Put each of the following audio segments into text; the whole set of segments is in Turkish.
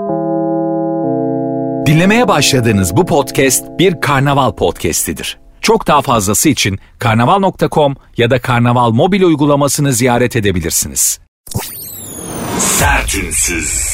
Dinlemeye başladığınız bu podcast bir karnaval podcastidir. Çok daha fazlası için karnaval.com ya da karnaval mobil uygulamasını ziyaret edebilirsiniz. Sertünsüz.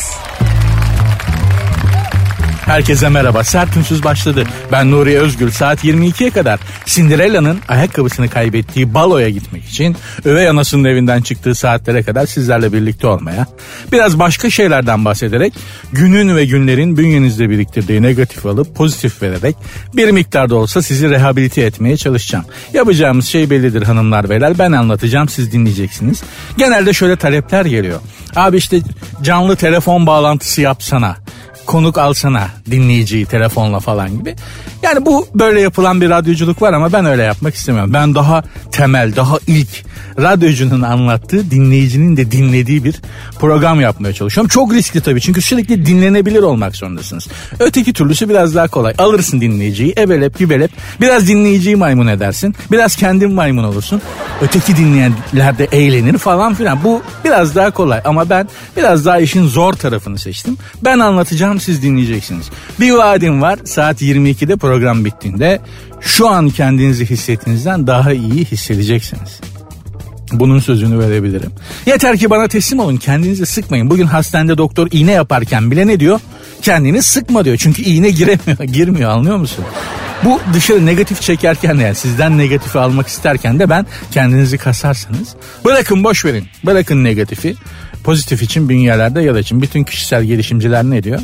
Herkese merhaba. Sertünsüz başladı. Ben Nuri Özgül. Saat 22'ye kadar Cinderella'nın ayakkabısını kaybettiği baloya gitmek için üvey anasının evinden çıktığı saatlere kadar sizlerle birlikte olmaya, biraz başka şeylerden bahsederek günün ve günlerin bünyenizde biriktirdiği negatif alıp pozitif vererek bir miktarda olsa sizi rehabilite etmeye çalışacağım. Yapacağımız şey bellidir hanımlar beyler. Ben anlatacağım, siz dinleyeceksiniz. Genelde şöyle talepler geliyor. Abi işte canlı telefon bağlantısı yapsana, konuk alsana dinleyiciyi telefonla falan gibi. Yani bu böyle yapılan bir radyoculuk var ama ben öyle yapmak istemiyorum. Ben daha temel, daha ilk radyocunun anlattığı, dinleyicinin de dinlediği bir program yapmaya çalışıyorum. Çok riskli tabii çünkü sürekli dinlenebilir olmak zorundasınız. Öteki türlüsü biraz daha kolay. Alırsın dinleyiciyi, ebelep gübelep, biraz dinleyiciyi maymun edersin, biraz kendin maymun olursun. Öteki dinleyenler de eğlenir falan filan. Bu biraz daha kolay ama ben biraz daha işin zor tarafını seçtim. Ben anlatacağım, siz dinleyeceksiniz. Bir vaadim var, saat 22'de program bittiğinde şu an kendinizi hissettiğinizden daha iyi hissedeceksiniz. Bunun sözünü verebilirim. Yeter ki bana teslim olun, kendinizi sıkmayın. Bugün hastanede doktor iğne yaparken bile ne diyor? Kendini sıkma diyor. Çünkü iğne girmiyor, anlıyor musun? Bu dışarı negatif çekerken, yani sizden negatifi almak isterken de ben kendinizi kasarsanız bırakın, boş verin. Bırakın negatifi. Pozitif için bünyelerde yol açın. Bütün kişisel gelişimciler ne diyor?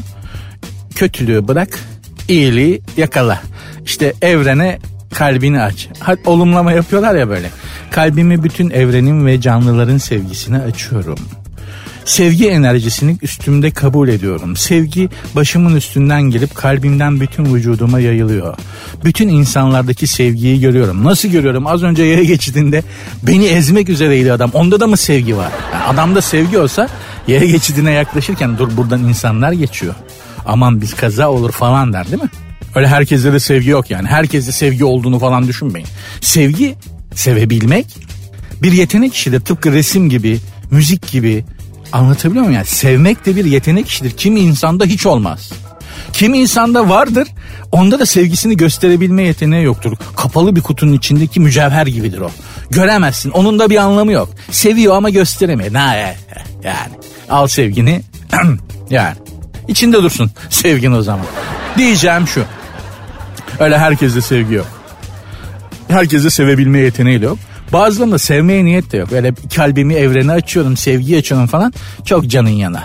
Kötülüğü bırak, iyiliği yakala. İşte evrene kalbini aç. Olumlama yapıyorlar ya böyle. Kalbimi bütün evrenin ve canlıların sevgisine açıyorum. Sevgi enerjisini üstümde kabul ediyorum. Sevgi başımın üstünden gelip kalbimden bütün vücuduma yayılıyor. Bütün insanlardaki sevgiyi görüyorum. Nasıl görüyorum? Az önce yaya geçidinde beni ezmek üzereydi adam. Onda da mı sevgi var? Yani adamda sevgi olsa yaya geçidine yaklaşırken dur buradan insanlar geçiyor, aman biz kaza olur falan der, değil mi? Öyle herkeste de sevgi yok yani. Herkeste sevgi olduğunu falan düşünmeyin. Sevgi, sevebilmek bir yetenek işidir. Tıpkı resim gibi, müzik gibi. Anlatabiliyor muyum yani? Sevmek de bir yetenek işidir. Kimi insanda hiç olmaz. Kimi insanda vardır, onda da sevgisini gösterebilme yeteneği yoktur. Kapalı bir kutunun içindeki mücevher gibidir o. Göremezsin, onun da bir anlamı yok. Seviyor ama gösteremiyor. Yani al sevgini yani içinde dursun sevgin o zaman. Diyeceğim şu: öyle herkeste sevgi yok. Herkeste sevebilme yeteneği de yok. Bazılarında sevmeye niyet de yok. Öyle kalbimi evrene açıyorum, sevgi açıyorum falan. Çok canın yanar.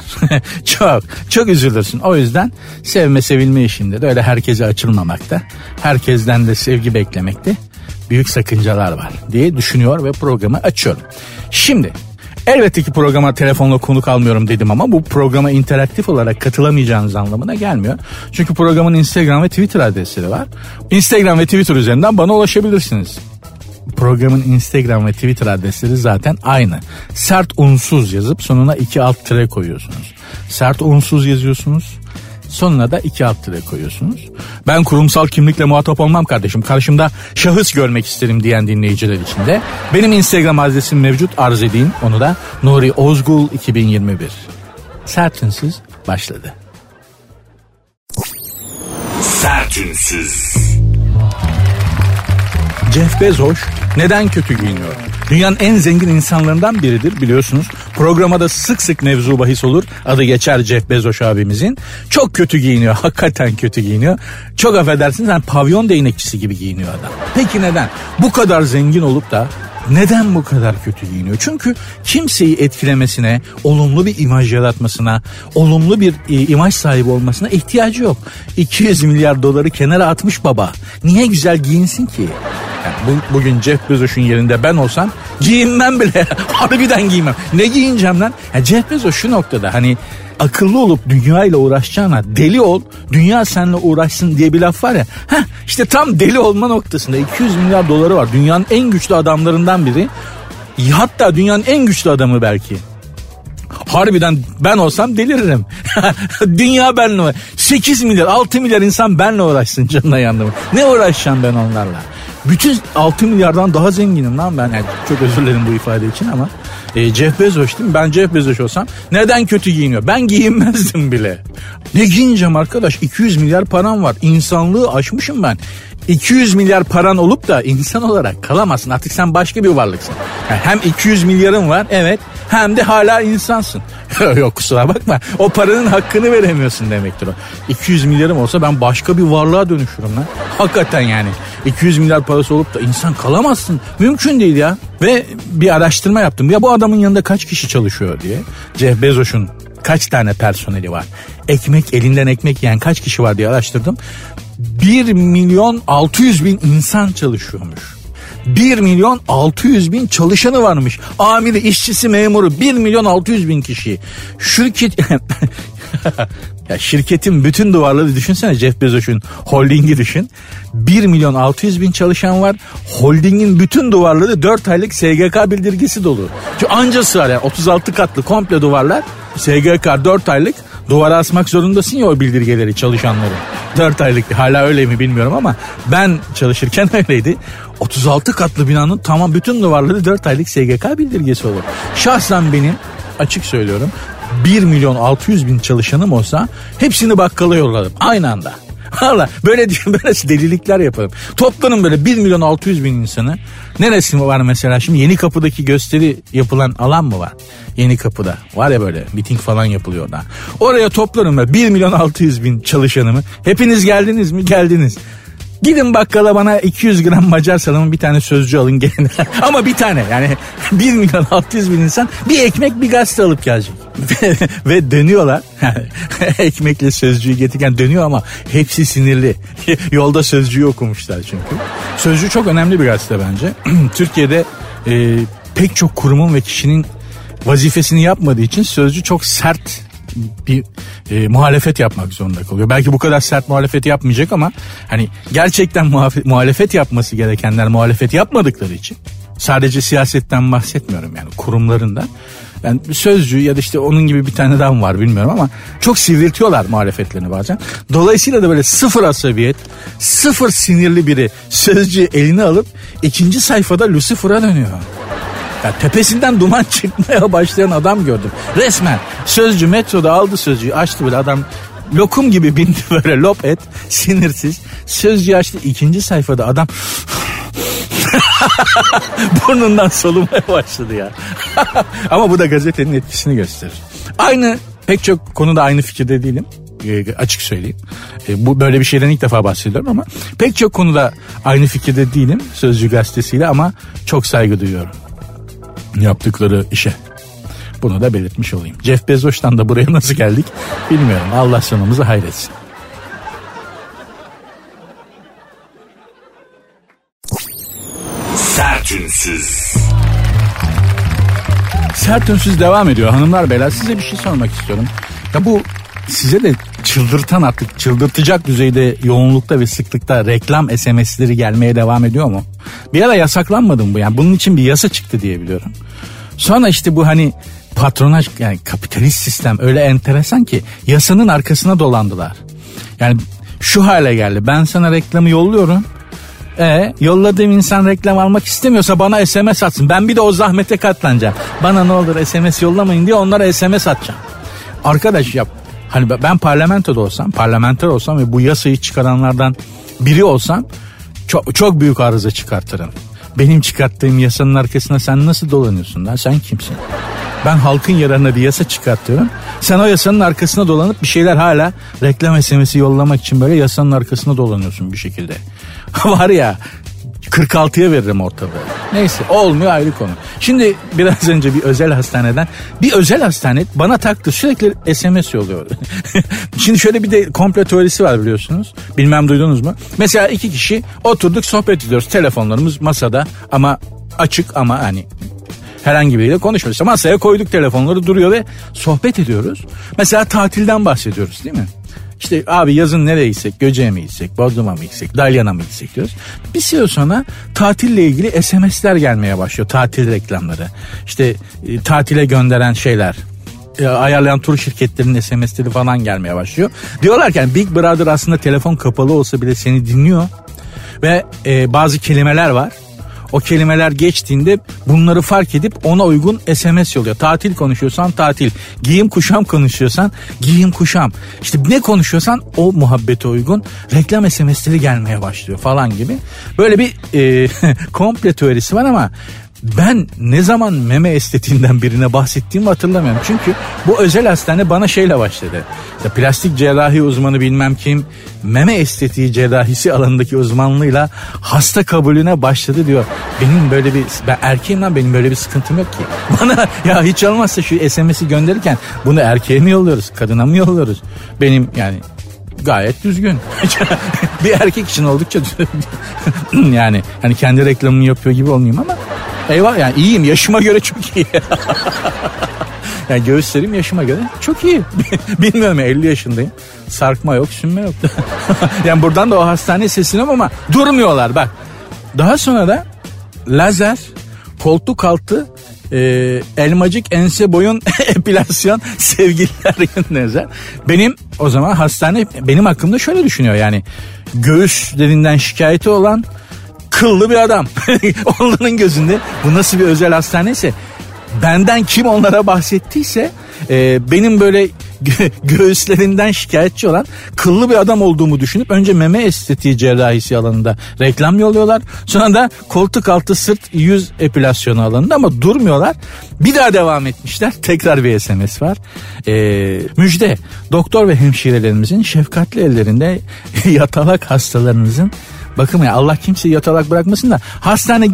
çok üzülürsün. O yüzden sevme sevilme işinde de öyle herkese açılmamakta, herkesten de sevgi beklemekte büyük sakıncalar var diye düşünüyor ve programı açıyorum. Şimdi elbette ki programa telefonla konuk almıyorum dedim ama bu programa interaktif olarak katılamayacağınız anlamına gelmiyor. Çünkü programın Instagram ve Twitter adresleri var. Instagram ve Twitter üzerinden bana ulaşabilirsiniz. Programın Instagram ve Twitter adresleri zaten aynı. Sert unsuz yazıp sonuna 2 alt tire koyuyorsunuz. Sert unsuz yazıyorsunuz, sonuna da 2 alt tire koyuyorsunuz. Ben kurumsal kimlikle muhatap olmam kardeşim, karşımda şahıs görmek isterim diyen dinleyiciler için de benim Instagram adresim mevcut, arz edeyim onu da. Nuri Ozgul 2021. Sertünsüz başladı. Sertünsüz. Jeff Bezos neden kötü giyiniyor? Dünyanın en zengin insanlarından biridir biliyorsunuz. Programa da sık sık mevzu bahis olur. Adı geçer Jeff Bezos abimizin. Çok kötü giyiniyor. Hakikaten kötü giyiniyor. Çok affedersiniz, yani pavyon değnekçisi gibi giyiniyor adam. Peki neden? Bu kadar zengin olup da neden bu kadar kötü giyiniyor? Çünkü kimseyi etkilemesine, olumlu bir imaj yaratmasına, olumlu bir imaj sahibi olmasına ihtiyacı yok. 200 milyar doları kenara atmış baba. Niye güzel giyinsin ki? Yani bugün Jeff Bezos'un yerinde ben olsam giyinmem bile. Harbiden giymem. Ne giyineceğim lan? Yani Jeff Bezos şu noktada, hani akıllı olup dünyayla uğraşacağına deli ol, dünya seninle uğraşsın diye bir laf var ya. İşte tam deli olma noktasında 200 milyar doları var. Dünyanın en güçlü adamlarından biri. Hatta dünyanın en güçlü adamı belki. Harbiden ben olsam deliririm. Dünya benimle. 8 milyar 6 milyar insan benimle uğraşsın, canına yandım. Ne uğraşacağım ben onlarla? Bütün 6 milyardan daha zenginim lan ben. Yani çok özür dilerim bu ifade için ama Jeff Bezos değil mi? Ben Jeff Bezos olsam neden kötü giyiniyor? Ben giyinmezdim bile. Ne giyineceğim arkadaş? 200 milyar param var. İnsanlığı aşmışım ben. 200 milyar paran olup da insan olarak kalamazsın. Artık sen başka bir varlıksın. Yani hem 200 milyarın var, evet, hem de hala insansın. Yok, kusura bakma. O paranın hakkını veremiyorsun demektir o. 200 milyarım olsa ben başka bir varlığa dönüşürüm lan. Hakikaten yani. 200 milyar parası olup da insan kalamazsın. Mümkün değil ya. Ve bir araştırma yaptım. Ya bu adamın yanında kaç kişi çalışıyor diye. Jeff Bezos'un kaç tane personeli var? Elinden ekmek yiyen kaç kişi var diye araştırdım. 1.600.000 insan çalışıyormuş. 1.600.000 çalışanı varmış. Amiri, işçisi, memuru 1.600.000 kişi. Şirketin bütün duvarları düşünsene, Jeff Bezos'un holdingi düşün. 1.600.000 çalışan var. Holdingin bütün duvarları 4 aylık SGK bildirgesi dolu. Çünkü anca sığar yani 36 katlı komple duvarlar. SGK 4 aylık. Duvara asmak zorundasın ya o bildirgeleri çalışanları. 4 aylık, hala öyle mi bilmiyorum ama ben çalışırken öyleydi. 36 katlı binanın tamam bütün duvarları 4 aylık SGK bildirgesi olur. Şahsen benim, açık söylüyorum, 1.600.000 çalışanım olsa hepsini bakkala yollarım aynı anda. Valla böyle delilikler yaparım. Toplanın böyle 1.600.000 insanı. Neresi var mesela şimdi? Yenikapı'daki gösteri yapılan alan mı var? Yenikapı'da var ya, böyle miting falan yapılıyor orada. Oraya toplarım ben 1.600.000 çalışanımı. Hepiniz geldiniz mi? Geldiniz. Gidin bakkala bana 200 gram Macar salamı, bir tane Sözcü alın gelin. Ama bir tane, yani 1.600.000 insan bir ekmek bir gazete alıp gelecek. Ve dönüyorlar. Ekmekle Sözcü'yü getirirken dönüyor ama hepsi sinirli. Yolda Sözcü'yü okumuşlar çünkü. Sözcü çok önemli bir gazete bence. Türkiye'de pek çok kurumun ve kişinin vazifesini yapmadığı için Sözcü çok sert bir muhalefet yapmak zorunda kalıyor. Belki bu kadar sert muhalefeti yapmayacak ama hani gerçekten muhalefet yapması gerekenler muhalefet yapmadıkları için, sadece siyasetten bahsetmiyorum yani, kurumlarından. Yani Sözcü ya da işte onun gibi bir tane daha mı var bilmiyorum ama çok sivriltiyorlar muhalefetlerini bazen. Dolayısıyla da böyle sıfır asabiyet, sıfır sinirli biri Sözcü eline alıp ikinci sayfada Lucifer'a dönüyor. Ya tepesinden duman çıkmaya başlayan adam gördüm. Resmen Sözcü metroda aldı Sözcü'yü, açtı böyle, adam lokum gibi bindi böyle, lop et, sinirsiz. Sözcüğü açtı, ikinci sayfada adam burnundan solumaya başladı ya. Ama bu da gazetenin etkisini gösterir. Pek çok konuda aynı fikirde değilim. Açık söyleyeyim. Bu böyle bir şeyden ilk defa bahsediyorum ama pek çok konuda aynı fikirde değilim Sözcü gazetesiyle, ama çok saygı duyuyorum yaptıkları işe. Bunu da belirtmiş olayım. Jeff Bezos'tan da buraya nasıl geldik bilmiyorum. Allah sonumuzu hayretsin. Sertünsüz. Sertünsüz devam ediyor hanımlar beyler. Size bir şey sormak istiyorum. Ya bu size de çıldırtan, artık çıldırtacak düzeyde yoğunlukta ve sıklıkta reklam SMS'leri gelmeye devam ediyor mu? Bir ara yasaklanmadı mı bu? Yani bunun için bir yasa çıktı diye biliyorum. Sonra işte bu hani patronaj, yani kapitalist sistem öyle enteresan ki yasanın arkasına dolandılar. Yani şu hale geldi. Ben sana reklamı yolluyorum. Yolladığım insan reklam almak istemiyorsa bana SMS atsın. Ben bir de o zahmete katlanacağım. Bana ne olur SMS yollamayın diye onlara SMS atacağım. Arkadaş yap. Hani ben parlamenter olsam ve bu yasayı çıkaranlardan biri olsam çok büyük arıza çıkartırım. Benim çıkarttığım yasanın arkasına sen nasıl dolanıyorsun lan? Sen kimsin? Ben halkın yararına bir yasa çıkartıyorum. Sen o yasanın arkasına dolanıp bir şeyler, hala reklam SMS'i yollamak için böyle yasanın arkasına dolanıyorsun bir şekilde. Var ya, 46'ya veririm ortada. Neyse, olmuyor, ayrı konu. Şimdi biraz önce bir özel hastane bana taktı, sürekli SMS yolluyor. Şimdi şöyle bir de komplo teorisi var, biliyorsunuz. Bilmem duydunuz mu? Mesela 2 kişi oturduk, sohbet ediyoruz. Telefonlarımız masada ama açık, ama hani herhangi biriyle konuşmuyoruz. İşte masaya koyduk, telefonları duruyor ve sohbet ediyoruz. Mesela tatilden bahsediyoruz, değil mi? İşte abi yazın nereye gitsek? Göce'ye mi gitsek? Bodrum'a mı gitsek? Dalyan'a mı gitsek diyoruz. Bir süre sonra tatille ilgili SMS'ler gelmeye başlıyor. Tatil reklamları. İşte tatile gönderen şeyler. Ayarlayan tur şirketlerinin SMS'leri falan gelmeye başlıyor. Diyorlar ki yani Big Brother aslında telefon kapalı olsa bile seni dinliyor. Ve bazı kelimeler var. o kelimeler geçtiğinde bunları fark edip ona uygun SMS yolluyor. Tatil konuşuyorsan tatil, giyim kuşam konuşuyorsan giyim kuşam. İşte ne konuşuyorsan o muhabbete uygun reklam SMS'leri gelmeye başlıyor falan gibi. Böyle bir komple teorisi var ama ben ne zaman meme estetiğinden birine bahsettiğimi hatırlamıyorum. Çünkü bu özel hastane bana şeyle başladı. İşte plastik cerrahi uzmanı bilmem kim meme estetiği cerrahisi alanındaki uzmanlığıyla hasta kabulüne başladı diyor. Benim böyle bir, ben erkeğim lan, benim böyle bir sıkıntım yok ki. Bana ya hiç olmazsa şu SMS'i gönderirken bunu erkeğe mi yolluyoruz, kadına mı yolluyoruz? Benim yani gayet düzgün. Bir erkek için oldukça yani hani kendi reklamımı yapıyor gibi olmayayım ama eyvah yani iyiyim, yaşıma göre çok iyi. Yani göğüslerim yaşıma göre çok iyi. Bilmiyorum ya, 50 yaşındayım. Sarkma yok, sünme yok. Yani buradan da o hastaneye sesleniyorum ama durmuyorlar bak. Daha sonra da lazer, koltuk altı, elmacık, ense boyun epilasyon, sevgililer gününüze. Benim o zaman hastane benim hakkımda şöyle düşünüyor yani. Göğüslerinden şikayeti olan kıllı bir adam. Onların gözünde bu nasıl bir özel hastaneyse, benden kim onlara bahsettiyse benim böyle göğüslerinden şikayetçi olan kıllı bir adam olduğumu düşünüp önce meme estetiği cerrahisi alanında reklam yolluyorlar. Sonra da koltuk altı, sırt, yüz epilasyonu alanında, ama durmuyorlar. Bir daha devam etmişler. Tekrar bir SMS var. Müjde, doktor ve hemşirelerimizin şefkatli ellerinde yatalak hastalarınızın, bakın ya, Allah kimseyi yatalak bırakmasın da hastane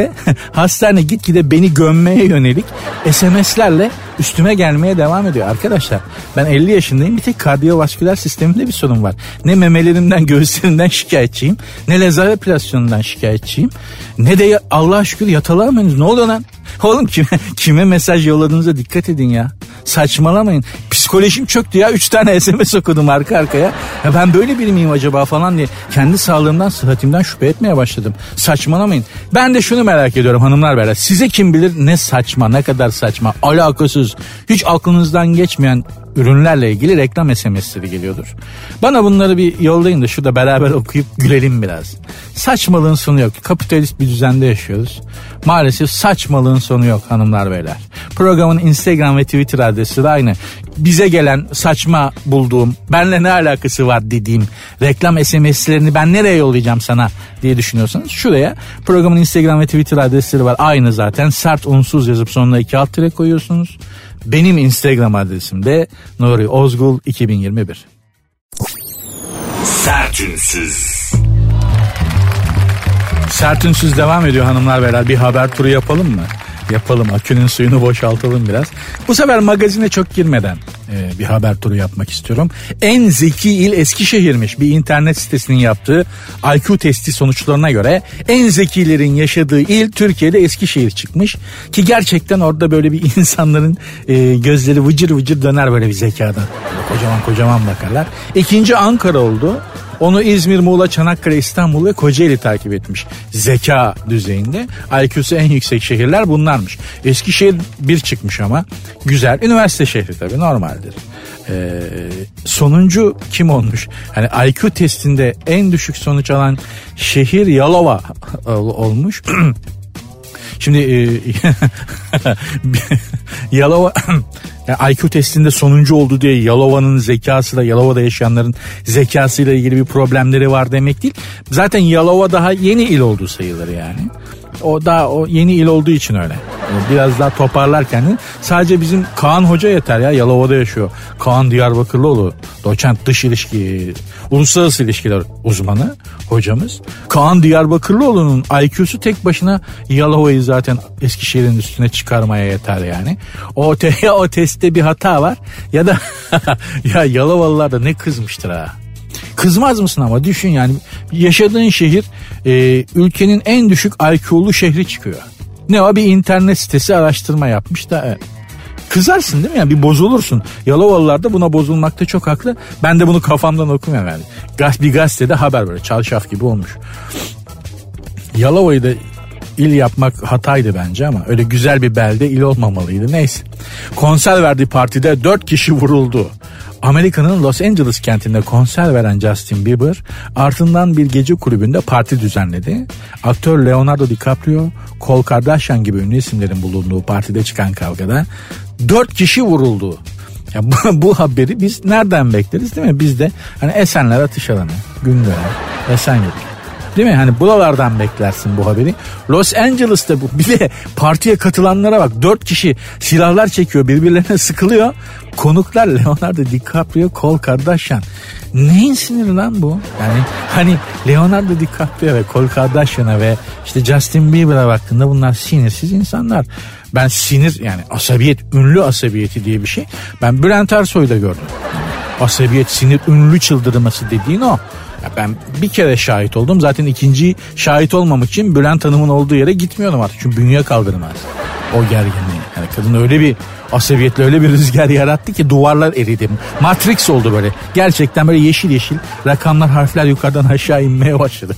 gitgide beni gömmeye yönelik SMS'lerle üstüme gelmeye devam ediyor. Arkadaşlar ben 50 yaşındayım, bir tek kardiyovasküler sistemimde bir sorun var. Ne memelerimden, göğüslerimden şikayetçiyim, ne lazer epilasyonundan şikayetçiyim, ne de Allah'a şükür yatalağım henüz. Ne oluyor lan? Oğlum kime mesaj yolladığınıza dikkat edin ya. Saçmalamayın. Psikolojim çöktü ya. 3 tane SMS okudum arka arkaya. Ya ben böyle biri miyim acaba falan diye kendi sağlığımdan, sıhhatimden şüphe etmeye başladım. Saçmalamayın. Ben de şunu merak ediyorum hanımlar beyler. Size kim bilir ne saçma, ne kadar saçma, alakasız, hiç aklınızdan geçmeyen ürünlerle ilgili reklam SMS'leri geliyordur. Bana bunları bir yollayın da şurada beraber okuyup gülelim biraz. Saçmalığın sonu yok. Kapitalist bir düzende yaşıyoruz. Maalesef saçmalığın sonu yok hanımlar beyler. Programın Instagram ve Twitter adresi de aynı. Bize gelen saçma bulduğum, benimle ne alakası var dediğim reklam SMS'lerini ben nereye yollayacağım sana diye düşünüyorsanız şuraya, programın Instagram ve Twitter adresleri var. Aynı zaten. Sert unsuz yazıp sonuna 2 alt tire koyuyorsunuz. Benim Instagram adresim de Nuri Ozgul 2021. Sertünsüz. Sertünsüz devam ediyor hanımlar beyler. Bir haber turu yapalım mı? Yapalım, akünün suyunu boşaltalım biraz. Bu sefer magazine çok girmeden bir haber turu yapmak istiyorum. En zeki il Eskişehir'miş. Bir internet sitesinin yaptığı IQ testi sonuçlarına göre en zekilerin yaşadığı il Türkiye'de Eskişehir çıkmış. Ki gerçekten orada böyle bir insanların gözleri vıcır vıcır döner böyle bir zekadan. Kocaman kocaman bakarlar. İkinci Ankara oldu. Onu İzmir, Muğla, Çanakkale, İstanbul ve Kocaeli takip etmiş. Zeka düzeyinde IQ'su en yüksek şehirler bunlarmış. Eskişehir bir çıkmış ama güzel. Üniversite şehri tabii, normaldir. Sonuncu kim olmuş? Hani IQ testinde en düşük sonuç alan şehir Yalova olmuş. Şimdi Yalova yani IQ testinde sonuncu oldu diye Yalova'nın zekasıyla, Yalova'da yaşayanların zekasıyla ilgili bir problemleri var demek değil. Zaten Yalova daha yeni il olduğu sayılır yani. O yeni il olduğu için öyle. Biraz daha toparlar kendini. Sadece bizim Kaan Hoca yeter ya, Yalova'da yaşıyor. Kaan Diyarbakırlıoğlu, doçent dış ilişki, uluslararası ilişkiler uzmanı hocamız. Kaan Diyarbakırlıoğlu'nun IQ'su tek başına Yalova'yı zaten Eskişehir'in üstüne çıkarmaya yeter yani. O testte bir hata var ya da ya Yalovalılar da ne kızmıştır ha. Kızmaz mısın ama düşün yani, yaşadığın şehir ülkenin en düşük IQ'lu şehri çıkıyor. Ne o, bir internet sitesi araştırma yapmış da kızarsın değil mi? Yani bir bozulursun. Yalovalılar da buna bozulmakta çok haklı. Ben de bunu kafamdan okumuyorum yani. Bir gazetede haber böyle çarşaf gibi olmuş. Yalova'yı da il yapmak hataydı bence ama öyle güzel bir belde il olmamalıydı. Neyse. Konser verdiği partide 4 kişi vuruldu. Amerika'nın Los Angeles kentinde konser veren Justin Bieber ardından bir gece kulübünde parti düzenledi. Aktör Leonardo DiCaprio, Khloe Kardashian gibi ünlü isimlerin bulunduğu partide çıkan kavgada 4 kişi vuruldu. Ya bu haberi biz nereden bekleriz değil mi? Biz de hani Esenler Atış Alanı, Güngören, Esenyurt. Değil mi? Hani buralardan beklersin bu haberi. Los Angeles'ta bu. Bir de partiye katılanlara bak. 4 kişi silahlar çekiyor. Birbirlerine sıkılıyor. Konuklar Leonardo DiCaprio, Khloe Kardashian. Neyin siniri lan bu? Yani hani Leonardo DiCaprio ve Khloe Kardashian'a ve işte Justin Bieber'a baktığında bunlar sinirsiz insanlar. Ben sinir yani asabiyet, ünlü asabiyeti diye bir şey. Ben Bülent Ersoy'da gördüm. Asabiyet, sinir, ünlü çıldırması dediğin o. Ben bir kere şahit oldum. Zaten ikinci şahit olmamak için Bülent Hanım'ın olduğu yere gitmiyordum artık. Çünkü bünye kaldırmaz. O gerginliği. Yani kadın öyle bir asabiyetle öyle bir rüzgar yarattı ki duvarlar eridi. Matrix oldu böyle. Gerçekten böyle yeşil yeşil rakamlar, harfler yukarıdan aşağı inmeye başladı.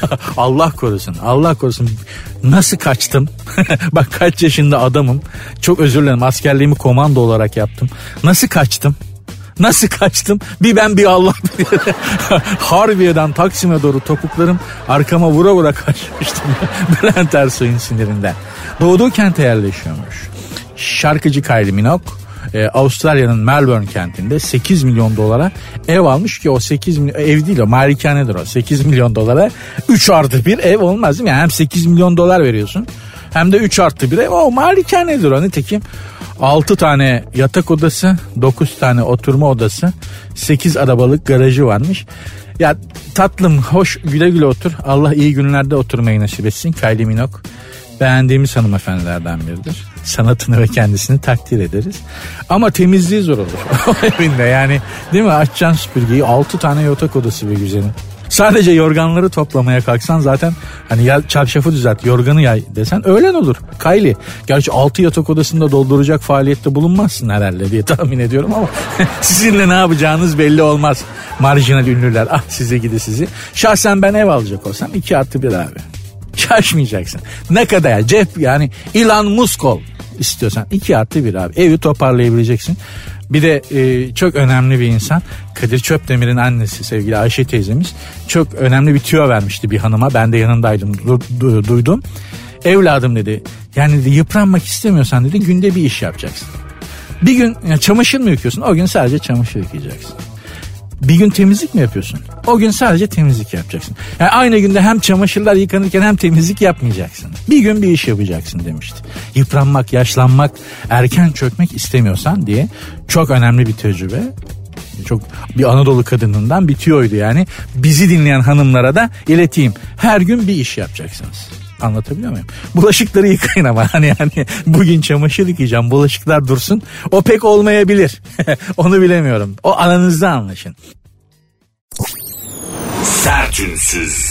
Allah korusun. Allah korusun. Nasıl kaçtım? Bak kaç yaşında adamım. Çok özür dilerim. Askerliğimi komando olarak yaptım. Nasıl kaçtım? Nasıl kaçtım? Bir ben bir Allah bilir. Harbiye'den Taksim'e doğru topuklarım arkama vura vura kaçmıştım. Bülent Ersoy'un sinirinden. Doğduğu kente yerleşiyormuş. Şarkıcı Kylie Minogue Avustralya'nın Melbourne kentinde 8 milyon dolara ev almış ki o 8 milyon ev değil o malikanedir o. 8 milyon dolara 3+1 ev olmaz değil mi? Yani hem 8 milyon dolar veriyorsun hem de 3+1 ev o malikanedir o. Nitekim 6 tane yatak odası, 9 tane oturma odası, 8 arabalık garajı varmış. Ya tatlım, hoş, güle güle otur. Allah iyi günlerde oturmayı nasip etsin. Kylie Minogue beğendiğimiz hanımefendilerden biridir. Sanatını ve kendisini takdir ederiz. Ama temizliği zor olur o evinde yani, değil mi? Açacaksın süpürgeyi, 6 tane yatak odası be güzelim. Sadece yorganları toplamaya kalksan zaten hani ya çarşafı düzelt, yorganı yay desen öğlen olur. Kylie, gerçi 6 yatak odasında dolduracak faaliyette bulunmazsın herhalde diye tahmin ediyorum ama sizinle ne yapacağınız belli olmaz. Marjinal ünlüler, ah size gidi sizi. Şahsen ben ev alacak olsam 2+1 abi. Şaşmayacaksın. Ne kadar ya cep yani Elon Musk ol istiyorsan 2+1 abi. Evi toparlayabileceksin. Bir de çok önemli bir insan, Kadir Çöpdemir'in annesi sevgili Ayşe teyzemiz çok önemli bir tüyo vermişti bir hanıma. Ben de yanındaydım, duydum. Evladım dedi, yani dedi, yıpranmak istemiyorsan dedi günde bir iş yapacaksın. Bir gün yani çamaşır mı yıkıyorsun? O gün sadece çamaşır yıkayacaksın. Bir gün temizlik mi yapıyorsun? O gün sadece temizlik yapacaksın. Yani aynı günde hem çamaşırlar yıkanırken hem temizlik yapmayacaksın. Bir gün bir iş yapacaksın demişti. Yıpranmak, yaşlanmak, erken çökmek istemiyorsan diye çok önemli bir tecrübe. Çok bir Anadolu kadınından bir tüyoydu yani. Bizi dinleyen hanımlara da ileteyim. Her gün bir iş yapacaksınız. Anlatabiliyor muyum? Bulaşıkları yıkayın ama hani bugün çamaşır yıkayacağım, bulaşıklar dursun. O pek olmayabilir. Onu bilemiyorum. O aranızda anlaşın. Sertünsüz.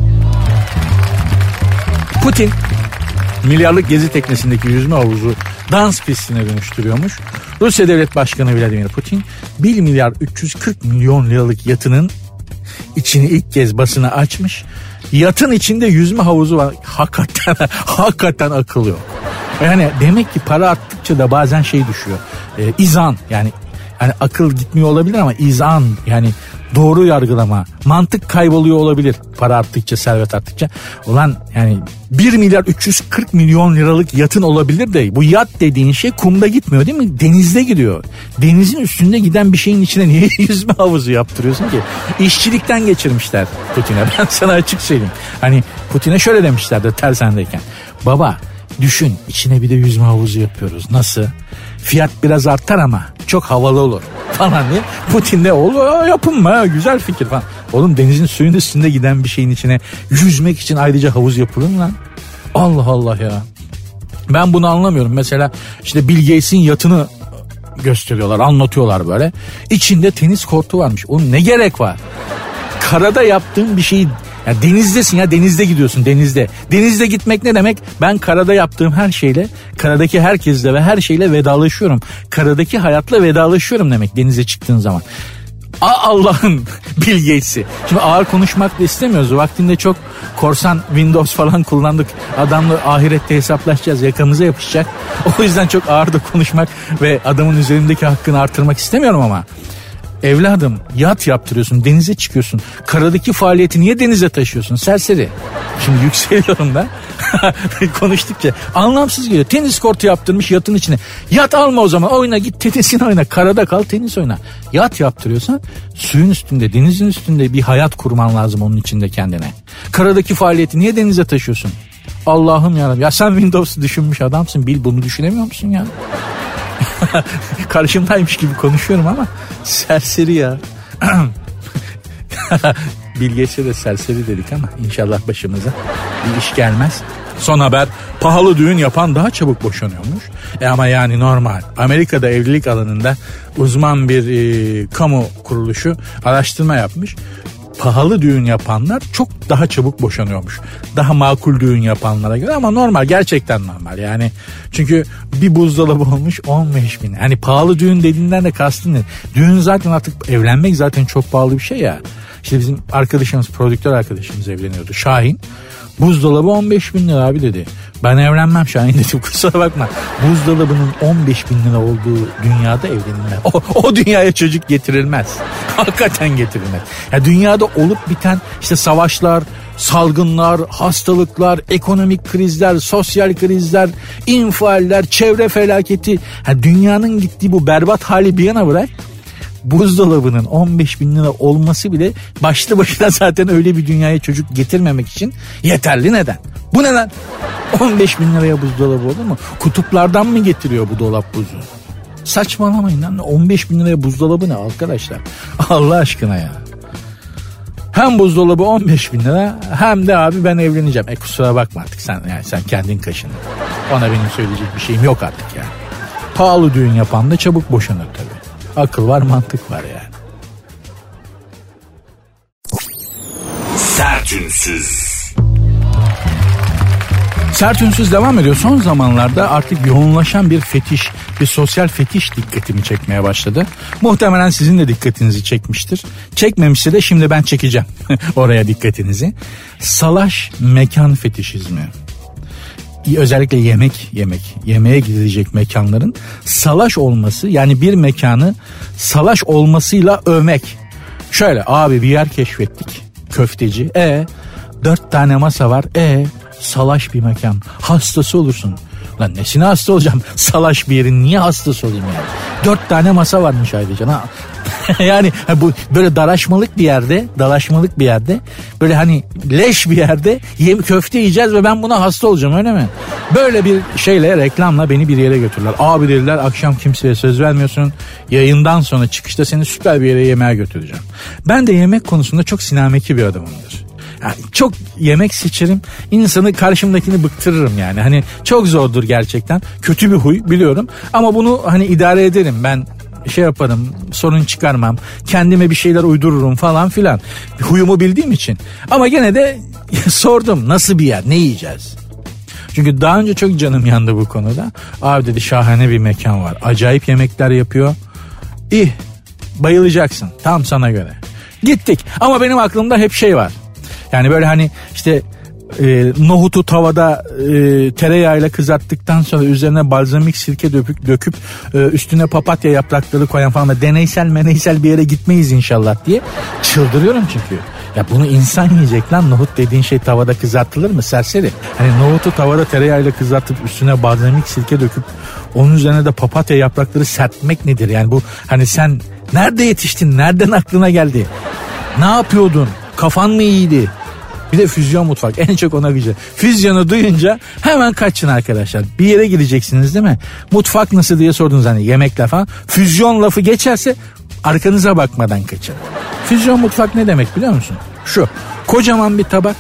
Putin milyarlık gezi teknesindeki yüzme havuzu dans pistine dönüştürüyormuş. Rusya Devlet Başkanı Vladimir Putin 1 milyar 340 milyon liralık yatının içini ilk kez basına açmış. Yatın içinde yüzme havuzu var. Hakikaten akıl yok. Yani demek ki para arttıkça da bazen şey düşüyor. İzan yani akıl gitmiyor olabilir ama izan yani doğru yargılama, mantık kayboluyor olabilir para arttıkça, servet arttıkça. Ulan yani 1 milyar 340 milyon liralık yatın olabilir de bu yat dediğin şey kumda gitmiyor değil mi? Denizde gidiyor. Denizin üstünde giden bir şeyin içine niye yüzme havuzu yaptırıyorsun ki? İşçilikten geçirmişler Putin'e. Ben sana açık söyleyeyim. Hani Putin'e şöyle demişlerdi tersanedeyken. Baba düşün, içine bir de yüzme havuzu yapıyoruz. Nasıl? Fiyat biraz artar ama çok havalı olur falan diye. Putin de olur yapın mı? Güzel fikir falan. Oğlum denizin suyun üstünde giden bir şeyin içine yüzmek için ayrıca havuz yapılır mı lan? Allah Allah ya. Ben bunu anlamıyorum. Mesela işte Bill Gates'in yatını gösteriyorlar, anlatıyorlar böyle. İçinde tenis kortu varmış. Oğlum ne gerek var? Karada yaptığın bir şeyi, ya denizdesin ya, denizde gidiyorsun, denizde. Denizde gitmek ne demek? Ben karada yaptığım her şeyle, karadaki herkesle ve her şeyle vedalaşıyorum. Karadaki hayatla vedalaşıyorum demek denize çıktığın zaman. Allah'ın Bill Gates'i. Şimdi ağır konuşmak da istemiyoruz. Vaktinde çok korsan Windows falan kullandık. Adamla ahirette hesaplaşacağız. Yakamıza yapışacak. O yüzden çok ağır da konuşmak ve adamın üzerindeki hakkını artırmak istemiyorum ama Evladım yat yaptırıyorsun, denize çıkıyorsun. Karadaki faaliyeti niye denize taşıyorsun serseri? Şimdi yükseliyorum da konuştukça anlamsız geliyor. Tenis kortu yaptırmış yatın içine. Yat alma o zaman, oyna git tenisini oyna. Karada kal, tenis oyna. Yat yaptırıyorsan suyun üstünde, denizin üstünde bir hayat kurman lazım onun içinde kendine. Karadaki faaliyeti niye denize taşıyorsun? Allah'ım yarabbim. Ya sen Windows'u düşünmüş adamsın. Bil, bunu düşünemiyor musun ya? Karşımdaymış gibi konuşuyorum ama serseri ya. Bill Gates'e de serseri dedik ama inşallah başımıza bir iş gelmez. Son haber, pahalı düğün yapan daha çabuk boşanıyormuş. Ama yani normal. Amerika'da evlilik alanında uzman bir kamu kuruluşu araştırma yapmış. Pahalı düğün yapanlar çok daha çabuk boşanıyormuş. Daha makul düğün yapanlara göre, ama normal, gerçekten normal yani. Çünkü bir buzdolabı olmuş 15.000. Hani pahalı düğün dediğinden de kastın ne? Düğün zaten, artık evlenmek zaten çok pahalı bir şey ya. İşte bizim arkadaşımız, prodüktör arkadaşımız evleniyordu, Şahin. Buzdolabı 15.000 lira abi dedi. Ben evlenmem Şahin dedim, kusura bakma. Buzdolabının 15.000 lira olduğu dünyada evlenilmez. O dünyaya çocuk getirilmez. Hakikaten getirilmez. Ya dünyada olup biten işte savaşlar, salgınlar, hastalıklar, ekonomik krizler, sosyal krizler, infialler, çevre felaketi. Ya dünyanın gittiği bu berbat hali bir yana bırak. Buzdolabının 15.000 lira olması bile başlı başına zaten öyle bir dünyaya çocuk getirmemek için yeterli neden. Bu neden? 15.000 liraya buzdolabı olur mu? Kutuplardan mı getiriyor bu dolap buzu? Saçmalamayın lan. 15.000 liraya buzdolabı ne arkadaşlar? Allah aşkına ya. Hem buzdolabı 15.000 lira hem de abi ben evleneceğim. Kusura bakma artık sen kendin kaşındın. Ona benim söyleyecek bir şeyim yok artık yani. Pahalı düğün yapan da çabuk boşanır tabii. Akıl var, mantık var yani. Sertünsüz. Sertünsüz devam ediyor. Son zamanlarda artık yoğunlaşan bir fetiş, bir sosyal fetiş dikkatimi çekmeye başladı. Muhtemelen sizin de dikkatinizi çekmiştir. Çekmemişse de şimdi ben çekeceğim oraya dikkatinizi. Salaş mekan fetişizmi. Özellikle yemeğe gidilecek mekanların salaş olması, yani bir mekanı salaş olmasıyla övmek. Şöyle, abi bir yer keşfettik, köfteci, 4 tane masa var, salaş bir mekan, hastası olursun. Lan nesine hasta olacağım, salaş bir yerin niye hastası olayım yani? 4 tane masa varmış ayrıca. Yani bu böyle dalaşmalık bir yerde, böyle hani leş bir yerde köfte yiyeceğiz ve ben buna hasta olacağım, öyle mi? Böyle bir şeyle, reklamla beni bir yere götürürler. Abi dediler, akşam kimseye söz vermiyorsun, yayından sonra çıkışta seni süper bir yere yemeğe götüreceğim. Ben de yemek konusunda çok sinameki bir adamımdır. Yani çok yemek seçerim, insanı, karşımdakini bıktırırım yani. Hani çok zordur gerçekten. Kötü bir huy biliyorum ama bunu hani idare ederim. Ben yaparım, sorun çıkarmam, kendime bir şeyler uydururum falan filan. Huyumu bildiğim için. Ama gene de sordum, nasıl bir yer, ne yiyeceğiz? Çünkü daha önce çok canım yandı bu konuda. Abi dedi, şahane bir mekan var, acayip yemekler yapıyor. İyi, bayılacaksın, tam sana göre. Gittik ama benim aklımda hep şey var. Yani böyle hani işte nohutu tavada tereyağıyla kızarttıktan sonra üzerine balzamik sirke döküp üstüne papatya yaprakları koyan falan, deneysel bir yere gitmeyiz inşallah diye çıldırıyorum çünkü. Ya bunu insan yiyecek lan, nohut dediğin şey tavada kızartılır mı serseri? Hani nohutu tavada tereyağıyla kızartıp üstüne balzamik sirke döküp onun üzerine de papatya yaprakları serpmek nedir? Yani bu hani sen nerede yetiştin, nereden aklına geldi? Ne yapıyordun? Kafan mı iyiydi? Bir de füzyon mutfak, en çok ona güzel. Füzyonu duyunca hemen kaçın arkadaşlar. Bir yere gideceksiniz değil mi? Mutfak nasıl diye sordunuz, hani yemekler falan. Füzyon lafı geçerse arkanıza bakmadan kaçın. Füzyon mutfak ne demek biliyor musun? Şu, kocaman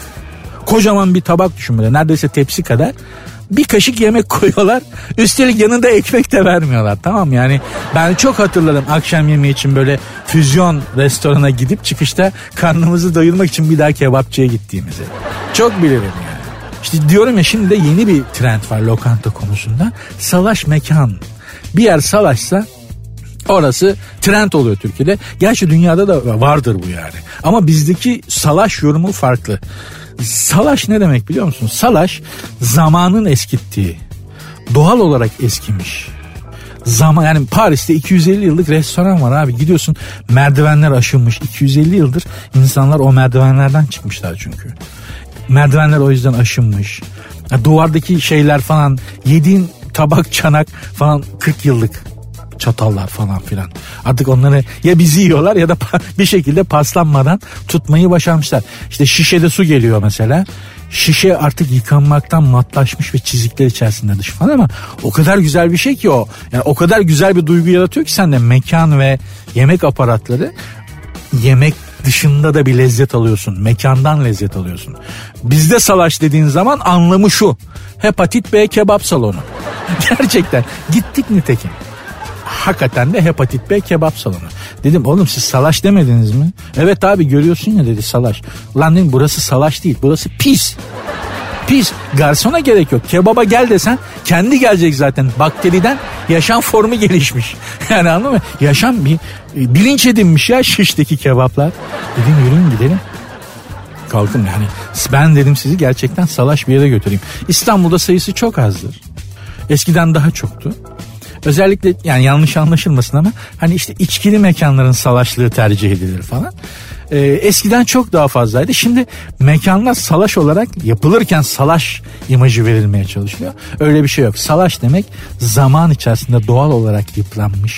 bir tabak düşün böyle, neredeyse tepsi kadar. Bir kaşık yemek koyuyorlar. Üstelik yanında ekmek de vermiyorlar, tamam mı? Yani ben çok hatırlarım akşam yemeği için böyle füzyon restorana gidip çıkışta karnımızı doyurmak için bir daha kebapçıya gittiğimizi. Çok bilirim yani. İşte diyorum ya, şimdi de yeni bir trend var lokanta konusunda. Salaş mekan. Bir yer salaşsa orası trend oluyor Türkiye'de. Gerçi dünyada da vardır bu yani. Ama bizdeki salaş yorumu farklı. Salaş ne demek biliyor musun? Salaş, zamanın eskittiği, doğal olarak eskimiş, Zaman, yani Paris'te 250 yıllık restoran var abi. Gidiyorsun, merdivenler aşınmış. 250 yıldır insanlar o merdivenlerden çıkmışlar çünkü. Merdivenler o yüzden aşınmış. Duvardaki şeyler falan, yediğin tabak, çanak falan 40 yıllık çatallar falan filan. Artık onları ya bizi yiyorlar ya da bir şekilde paslanmadan tutmayı başarmışlar. İşte şişede su geliyor mesela. Şişe artık yıkanmaktan matlaşmış ve çizikler içerisinde dışı falan, ama o kadar güzel bir şey ki o. Yani o kadar güzel bir duygu yaratıyor ki sende, mekan ve yemek aparatları. Yemek dışında da bir lezzet alıyorsun. Mekandan lezzet alıyorsun. Bizde salaş dediğin zaman anlamı şu: hepatit B kebap salonu. Gerçekten gittik nitekim. Hakikaten de hepatit B kebap salonu. Dedim oğlum siz salaş demediniz mi? Evet abi görüyorsun ya dedi, salaş. Lan dedim burası salaş değil, burası pis. Pis. Garsona gerek yok. Kebaba gel desen kendi gelecek zaten. Bakteriden yaşam formu gelişmiş. Yani anladın mı? Yaşam bir bilinç edinmiş ya şişteki kebaplar. Dedim yürüyün gidelim. Kalkın yani. Ben dedim sizi gerçekten salaş bir yere götüreyim. İstanbul'da sayısı çok azdır. Eskiden daha çoktu. Özellikle yani yanlış anlaşılmasın ama hani işte içkili mekanların salaşlığı tercih edilir falan. Eskiden çok daha fazlaydı. Şimdi mekanlar salaş olarak yapılırken salaş imajı verilmeye çalışılıyor. Öyle bir şey yok. Salaş demek zaman içerisinde doğal olarak yıpranmış,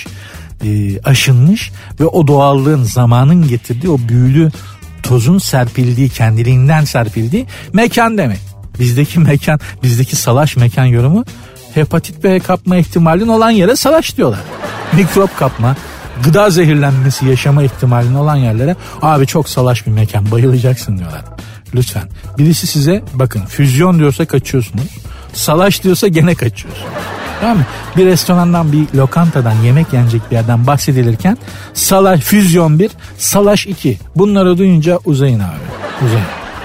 aşınmış ve o doğallığın, zamanın getirdiği o büyülü tozun serpildiği, kendiliğinden serpildiği mekan demek. Bizdeki mekan, bizdeki salaş mekan yorumu, hepatit B kapma ihtimalin olan yere salaş diyorlar. Mikrop kapma, gıda zehirlenmesi yaşama ihtimalin olan yerlere abi çok salaş bir mekan, bayılacaksın diyorlar. Lütfen. Birisi size bakın füzyon diyorsa kaçıyorsunuz. Salaş diyorsa gene kaçıyorsunuz. Tamam mı? Bir restorandan, bir lokantadan, yemek yenecek bir yerden bahsedilirken salaş, füzyon 1, salaş 2. Bunları duyunca uzayın abi. Uzayın.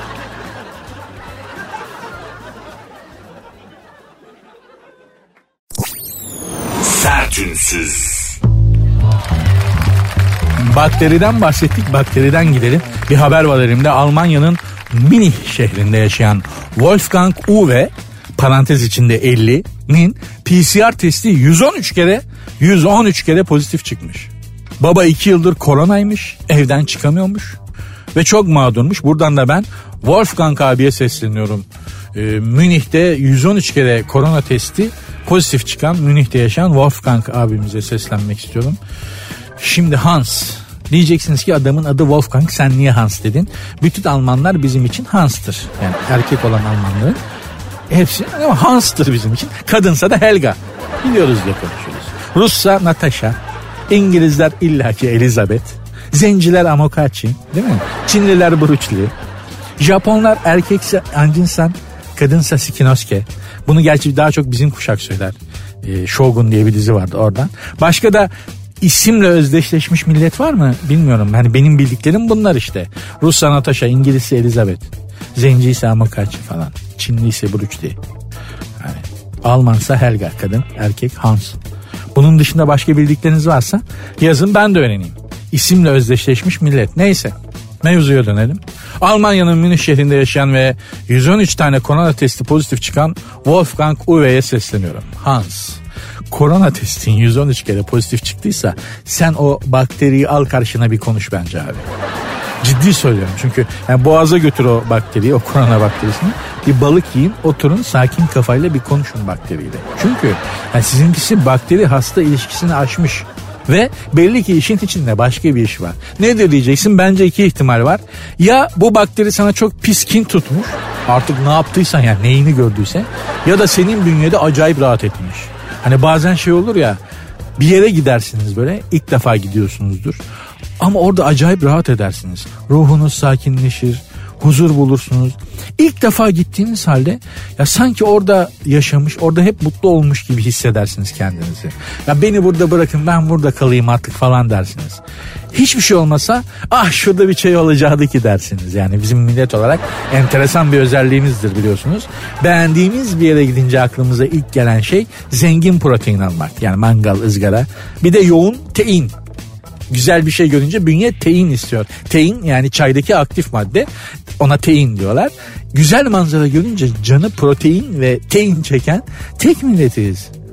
Sertünsüz. Bakteriden bahsettik, bakteriden gidelim. Bir haber var elimde. Almanya'nın Münih şehrinde yaşayan Wolfgang Uwe, parantez içinde 50'nin PCR testi 113 kere pozitif çıkmış. Baba 2 yıldır koronaymış, evden çıkamıyormuş ve çok mağdurmuş. Buradan da ben Wolfgang abiye sesleniyorum. Münih'te 113 kere korona testi pozitif çıkan, Münih'te yaşayan Wolfgang abimize seslenmek istiyorum. Şimdi Hans, diyeceksiniz ki adamın adı Wolfgang, sen niye Hans dedin? Bütün Almanlar bizim için Hans'tır. Yani erkek olan Almanların hepsi ama Hans'tır bizim için. Kadınsa da Helga. Biliyoruz diye konuşuyoruz. Rusça Natasha, İngilizler illaki Elizabeth, Zenciler Amokachi, değil mi? Çinliler Bruchli, Japonlar erkekse Anjin-san, kadınsa Shikinosuke. Bunu gerçi daha çok bizim kuşak söyler. Shogun diye bir dizi vardı oradan. Başka da isimle özdeşleşmiş millet var mı bilmiyorum. Yani benim bildiklerim bunlar işte. Rusça Natasha, İngilizce Elizabeth, Zenci ise Amokachi falan, Çinli ise Bruchli. Yani Almansa Helga, kadın, erkek Hans. Bunun dışında başka bildikleriniz varsa yazın, ben de öğreneyim. İsimle özdeşleşmiş millet. Neyse, mevzuya dönelim. Almanya'nın Münih şehrinde yaşayan ve 113 tane korona testi pozitif çıkan Wolfgang Uwe'ye sesleniyorum. Hans, korona testin 113 kere pozitif çıktıysa sen o bakteriyi al karşına bir konuş bence abi. Ciddi söylüyorum, çünkü yani boğaza götür o bakteriyi, o korona bakterisini, bir balık yiyin, oturun sakin kafayla bir konuşun bakteriyle. Çünkü yani sizinkisi bakteri hasta ilişkisini aşmış ve belli ki işin içinde başka bir iş var. Nedir diyeceksin, bence 2 ihtimal var. Ya bu bakteri sana çok pis kin tutmuş, artık ne yaptıysan, yani neyini gördüyse, ya da senin bünyede acayip rahat etmiş. Hani bazen şey olur ya, bir yere gidersiniz, böyle ilk defa gidiyorsunuzdur ama orada acayip rahat edersiniz. Ruhunuz sakinleşir, huzur bulursunuz. İlk defa gittiğiniz halde ya sanki orada yaşamış, orada hep mutlu olmuş gibi hissedersiniz kendinizi. Ya beni burada bırakın, ben burada kalayım artık falan dersiniz. Hiçbir şey olmasa şurada bir şey olacaktı ki dersiniz. Yani bizim millet olarak enteresan bir özelliğimizdir biliyorsunuz. Beğendiğimiz bir yere gidince aklımıza ilk gelen şey zengin protein almak. Yani mangal, ızgara. Bir de yoğun tein. Güzel bir şey görünce bünye tein istiyor. Tein yani çaydaki aktif madde, ona tein diyorlar. Güzel manzara görünce canı protein ve tein çeken tek milletiz.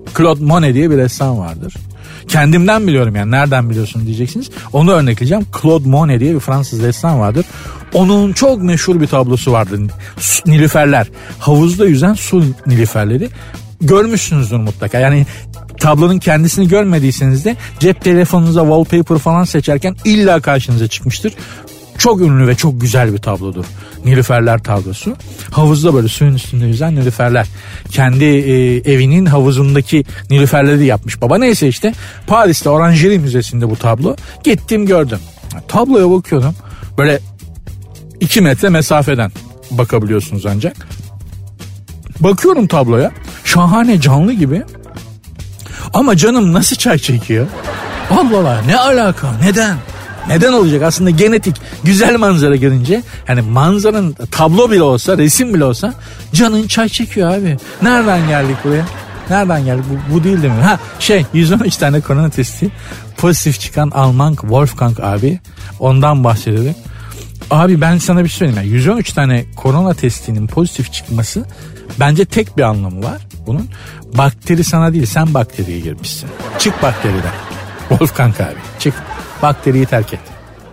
Claude Monet diye bir ressam vardır. Kendimden biliyorum yani, nereden biliyorsun diyeceksiniz. Onu örnekleyeceğim. Claude Monet diye bir Fransız ressam vardır. Onun çok meşhur bir tablosu vardır. Nilüferler. Havuzda yüzen su nilüferleri. Görmüşsünüzdür mutlaka. Yani tablonun kendisini görmediyseniz de cep telefonunuza wallpaper falan seçerken illa karşınıza çıkmıştır. Çok ünlü ve çok güzel bir tablodur. Nilüferler tablosu. Havuzda böyle suyun üstünde yüzen nilüferler. Kendi evinin havuzundaki nilüferleri yapmış baba. Neyse işte Paris'te Orangerie Müzesi'nde bu tablo. Gittim gördüm. Tabloya bakıyordum. Böyle 2 metre mesafeden bakabiliyorsunuz ancak. Bakıyorum tabloya. Şahane, canlı gibi. Ama canım nasıl çay çekiyor? Allah Allah, ne alaka? Neden? Neden olacak? Aslında genetik. Güzel manzara görünce, hani manzaranın tablo bile olsa, resim bile olsa canın çay çekiyor abi. Nereden geldik buraya? Nereden geldik? Bu değil mi? 113 tane korona testi pozitif çıkan Alman Wolfgang abi. Ondan bahsedelim. Abi ben sana bir şey söyleyeyim. Yani 113 tane korona testinin pozitif çıkması bence tek bir anlamı var bunun. Bakteri sana değil, sen bakteriye girmişsin. Çık bakteriden. Wolfgang abi çık. Bakteriyi terk et.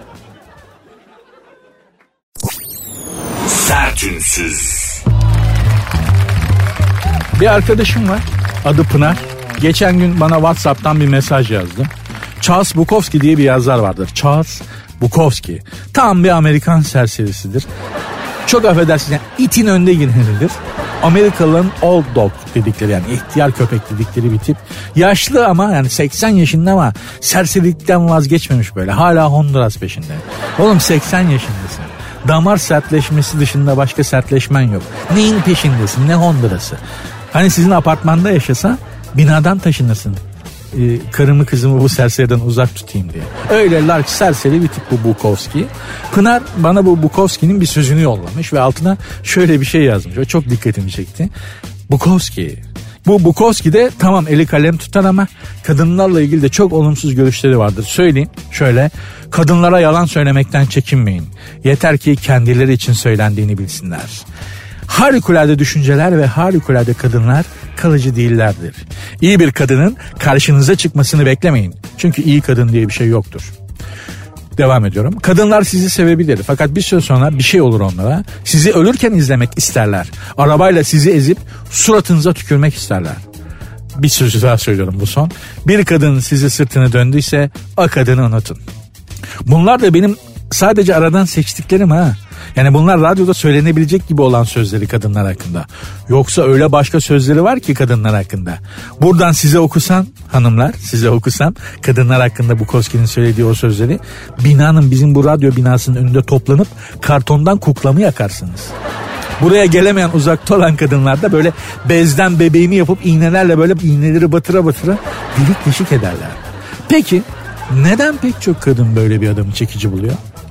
Sertünsüz. Bir arkadaşım var. Adı Pınar. Geçen gün bana WhatsApp'tan bir mesaj yazdı. Charles Bukowski diye bir yazar vardır. Charles Bukowski. Tam bir Amerikan serserisidir. Çok affedersiniz, yani itin önde gidenidir. Amerikalıların old dog dedikleri, yani ihtiyar köpek dedikleri bir tip. Yaşlı ama yani 80 yaşında ama serserilikten vazgeçmemiş böyle. Hala Honduras peşinde. Oğlum 80 yaşındasın. Damar sertleşmesi dışında başka sertleşmen yok. Neyin peşindesin, ne Honduras'ı? Hani sizin apartmanda yaşasa binadan taşınırsın. Karımı kızımı bu serseriden uzak tutayım diye. Öyle large serseri bir tip bu Bukowski. Pınar bana bu Bukowski'nin bir sözünü yollamış ve altına şöyle bir şey yazmış. O çok dikkatimi çekti. Bukowski. Bu Bukowski de tamam eli kalem tutar ama kadınlarla ilgili de çok olumsuz görüşleri vardır. Söyleyeyim şöyle: kadınlara yalan söylemekten çekinmeyin. Yeter ki kendileri için söylendiğini bilsinler. Harikulade düşünceler ve harikulade kadınlar kalıcı değillerdir. İyi bir kadının karşınıza çıkmasını beklemeyin. Çünkü iyi kadın diye bir şey yoktur. Devam ediyorum. Kadınlar sizi sevebilir fakat bir süre sonra bir şey olur onlara. Sizi ölürken izlemek isterler. Arabayla sizi ezip suratınıza tükürmek isterler. Bir sözü daha söylüyorum, bu son. Bir kadın sizi sırtını döndüyse o kadını unutun. Bunlar da benim sadece aradan seçtiklerim ha. Yani bunlar radyoda söylenebilecek gibi olan sözleri kadınlar hakkında. Yoksa öyle başka sözleri var ki kadınlar hakkında. Buradan size okusam hanımlar, size okusam kadınlar hakkında Bukowski'nin söylediği o sözleri, binanın, bizim bu radyo binasının önünde toplanıp kartondan kuklamı yakarsınız. Buraya gelemeyen, uzakta olan kadınlar da böyle bezden bebeğimi yapıp iğnelerle böyle iğneleri batıra batıra delik deşik ederler. Peki neden pek çok kadın böyle bir adamı çekici buluyor?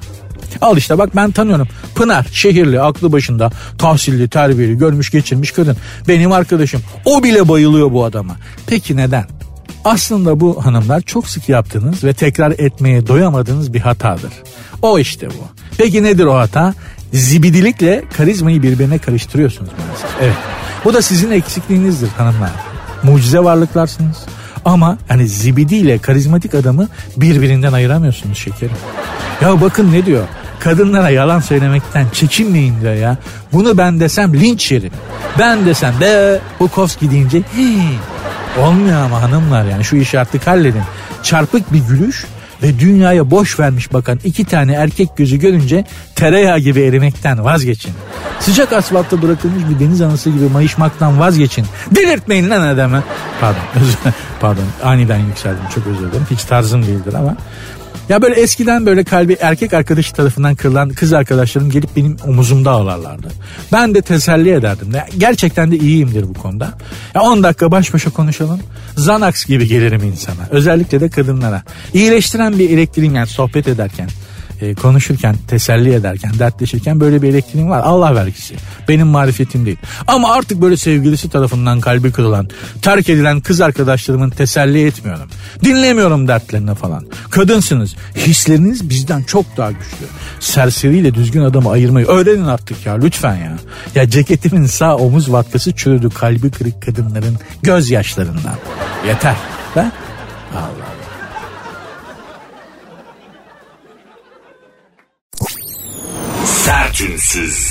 Al işte bak, ben tanıyorum. Pınar, şehirli, aklı başında, tahsilli, terbiyeli, görmüş geçirmiş kadın. Benim arkadaşım. O bile bayılıyor bu adama. Peki neden? Aslında bu hanımlar çok sık yaptığınız ve tekrar etmeye doyamadığınız bir hatadır. O işte bu. Peki nedir o hata? Zibidilikle karizmayı birbirine karıştırıyorsunuz maalesef. Evet. Bu da sizin eksikliğinizdir hanımlar. Mucize varlıklarsınız. Ama hani zibidiyle karizmatik adamı birbirinden ayıramıyorsunuz şekerim. Ya bakın ne diyor? Kadınlara yalan söylemekten çekinmeyin diyor ya. Bunu ben desem linç yerim. Ben desem de Bukowski deyince olmuyor ama hanımlar, yani şu işi artık halledin. Çarpık bir gülüş ve dünyaya boş vermiş bakan 2 tane erkek gözü görünce tereyağı gibi erimekten vazgeçin. Sıcak asfaltta bırakılmış bir deniz anası gibi mayışmaktan vazgeçin. Delirtmeyin lan adamı. Pardon aniden yükseldim, çok özür dilerim. Hiç tarzım değildir ama. Ya böyle eskiden böyle kalbi erkek arkadaşı tarafından kırılan kız arkadaşlarım gelip benim omuzumda ağlarlardı. Ben de teselli ederdim. Gerçekten de iyiyimdir bu konuda. Ya 10 dakika baş başa konuşalım. Xanax gibi gelirim insana. Özellikle de kadınlara. İyileştiren bir elektriğim, yani sohbet ederken. konuşurken, teselli ederken, dertleşirken böyle bir elektriğim var. Allah vergisi. Benim marifetim değil. Ama artık böyle sevgilisi tarafından kalbi kırılan, terk edilen kız arkadaşlarımın teselli etmiyorum. Dinlemiyorum dertlerini falan. Kadınsınız. Hisleriniz bizden çok daha güçlü. Serseriyle düzgün adamı ayırmayı öğrenin artık ya, lütfen ya. Ya ceketimin sağ omuz vatkası çürüdü kalbi kırık kadınların gözyaşlarından. Yeter. Ben Allah. Sertünsüz.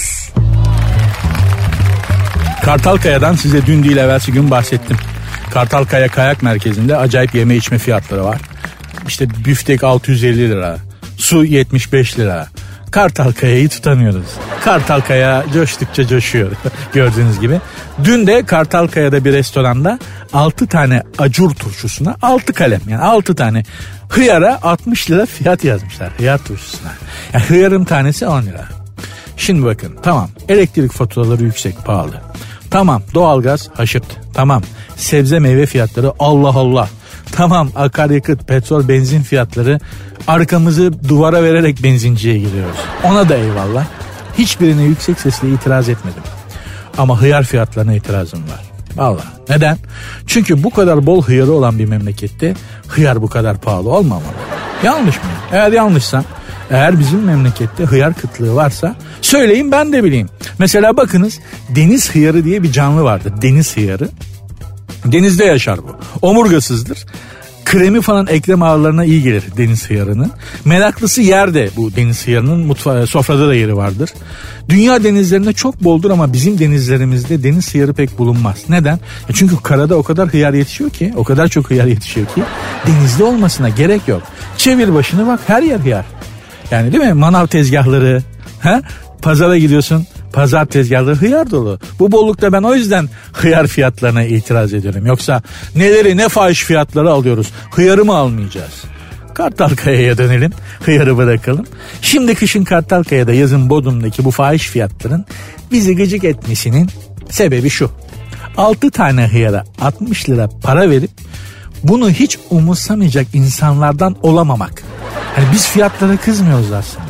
Kartalkaya'dan size dün değil evvelsi gün bahsettim. Kartalkaya Kayak Merkezi'nde acayip yeme içme fiyatları var. İşte büftek 650 lira, su 75 lira. Kartalkaya'yı tutamıyoruz. Kartalkaya coştukça coşuyor gördüğünüz gibi. Dün de Kartalkaya'da bir restoranda 6 tane acur turşusuna 6 kalem, yani 6 tane hıyara 60 lira fiyat yazmışlar hıyar turşusuna. Yani hıyarın tanesi 10 lira. Şimdi bakın, tamam elektrik faturaları yüksek, pahalı. Tamam doğalgaz haşırt. Tamam sebze meyve fiyatları Allah Allah. Tamam akaryakıt, petrol, benzin fiyatları, arkamızı duvara vererek benzinciye giriyoruz. Ona da eyvallah. Hiçbirine yüksek sesle itiraz etmedim. Ama hıyar fiyatlarına itirazım var. Vallahi. Neden? Çünkü bu kadar bol hıyarı olan bir memlekette hıyar bu kadar pahalı olmamalı. Yanlış mı? Eğer yanlışsam, eğer bizim memlekette hıyar kıtlığı varsa söyleyin, ben de bileyim. Mesela bakınız, deniz hıyarı diye bir canlı vardır. Deniz hıyarı. Denizde yaşar bu. Omurgasızdır. Kremi falan eklem ağrılarına iyi gelir deniz hıyarının. Meraklısı yerde bu deniz hıyarının, sofrada da yeri vardır. Dünya denizlerinde çok boldur ama bizim denizlerimizde deniz hıyarı pek bulunmaz. Neden? Çünkü karada o kadar hıyar yetişiyor ki, o kadar çok hıyar yetişiyor ki denizde olmasına gerek yok. Çevir başını bak, her yer hıyar. Yani değil mi? Manav tezgahları, pazara gidiyorsun, pazar tezgahları hıyar dolu. Bu bollukta ben o yüzden hıyar fiyatlarına itiraz ediyorum. Yoksa ne fahiş fiyatları alıyoruz, hıyarı mı almayacağız? Kartalkaya'ya dönelim, hıyarı bırakalım. Şimdi kışın Kartalkaya'da, yazın Bodrum'daki bu fahiş fiyatların bizi gıcık etmesinin sebebi şu: 6 tane hıyara 60 lira para verip bunu hiç umursamayacak insanlardan olamamak. Hani biz fiyatlara kızmıyoruz aslında.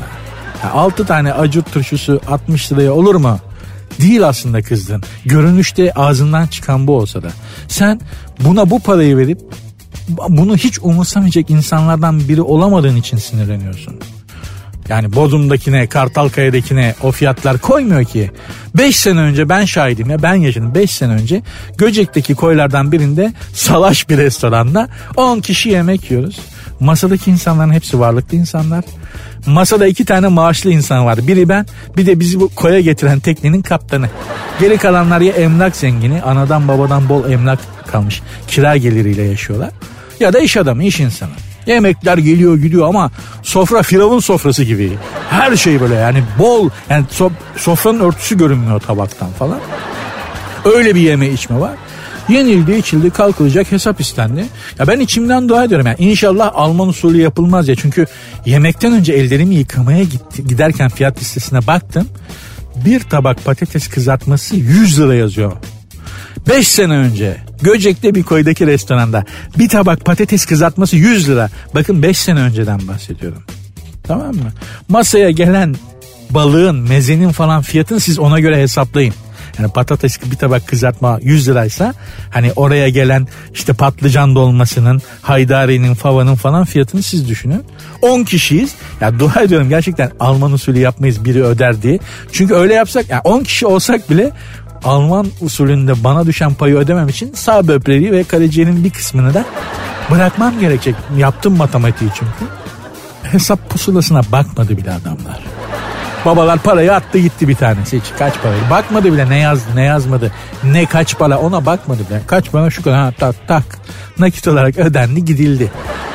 6 tane acur turşusu 60 liraya olur mu? Değil aslında kızdın. Görünüşte ağzından çıkan bu olsa da. Sen buna bu parayı verip bunu hiç umursamayacak insanlardan biri olamadığın için sinirleniyorsun. Yani Bodrum'dakine, Kartalkaya'dakine o fiyatlar koymuyor ki. 5 sene önce ben şahidim ya, ben yaşadım. 5 sene önce Göcek'teki koylardan birinde salaş bir restoranda 10 kişi yemek yiyoruz. Masadaki insanların hepsi varlıklı insanlar. Masada 2 tane maaşlı insan var. Biri ben, bir de bizi bu koya getiren teknenin kaptanı. Geri kalanlar ya emlak zengini, anadan babadan bol emlak kalmış, kira geliriyle yaşıyorlar. Ya da iş adamı, iş insanı. Yemekler geliyor gidiyor ama sofra firavun sofrası gibi. Her şey böyle yani bol, yani sofranın örtüsü görünmüyor tabaktan falan. Öyle bir yeme içme var. Yenildi, içildi, kalkılacak, hesap istendi. Ya ben içimden dua ediyorum. Yani İnşallah Alman usulü yapılmaz ya. Çünkü yemekten önce ellerimi yıkamaya giderken fiyat listesine baktım. Bir tabak patates kızartması 100 lira yazıyor. 5 sene önce Göcek'te bir koydaki restoranda bir tabak patates kızartması 100 lira. Bakın 5 sene önceden bahsediyorum. Tamam mı? Masaya gelen balığın, mezenin falan fiyatını siz ona göre hesaplayın. Yani patates bir tabak kızartma 100 liraysa hani oraya gelen işte patlıcan dolmasının, haydarinin, favanın falan fiyatını siz düşünün. 10 kişiyiz. Ya dua ediyorum gerçekten Alman usulü yapmayız, biri öder diye. Çünkü öyle yapsak, yani 10 kişi olsak bile Alman usulünde bana düşen payı ödemem için sağ böbreği ve karaciğerin bir kısmını da bırakmam gerekecek. Yaptım matematiği çünkü. Hesap pusulasına bakmadı bile adamlar. Babalar parayı attı gitti bir tanesi. Hiç kaç parayı bakmadı bile, ne yazdı ne yazmadı, ne kaç para, ona bakmadı bile. Kaç para şu kadar, tak nakit olarak ödendi, gidildi.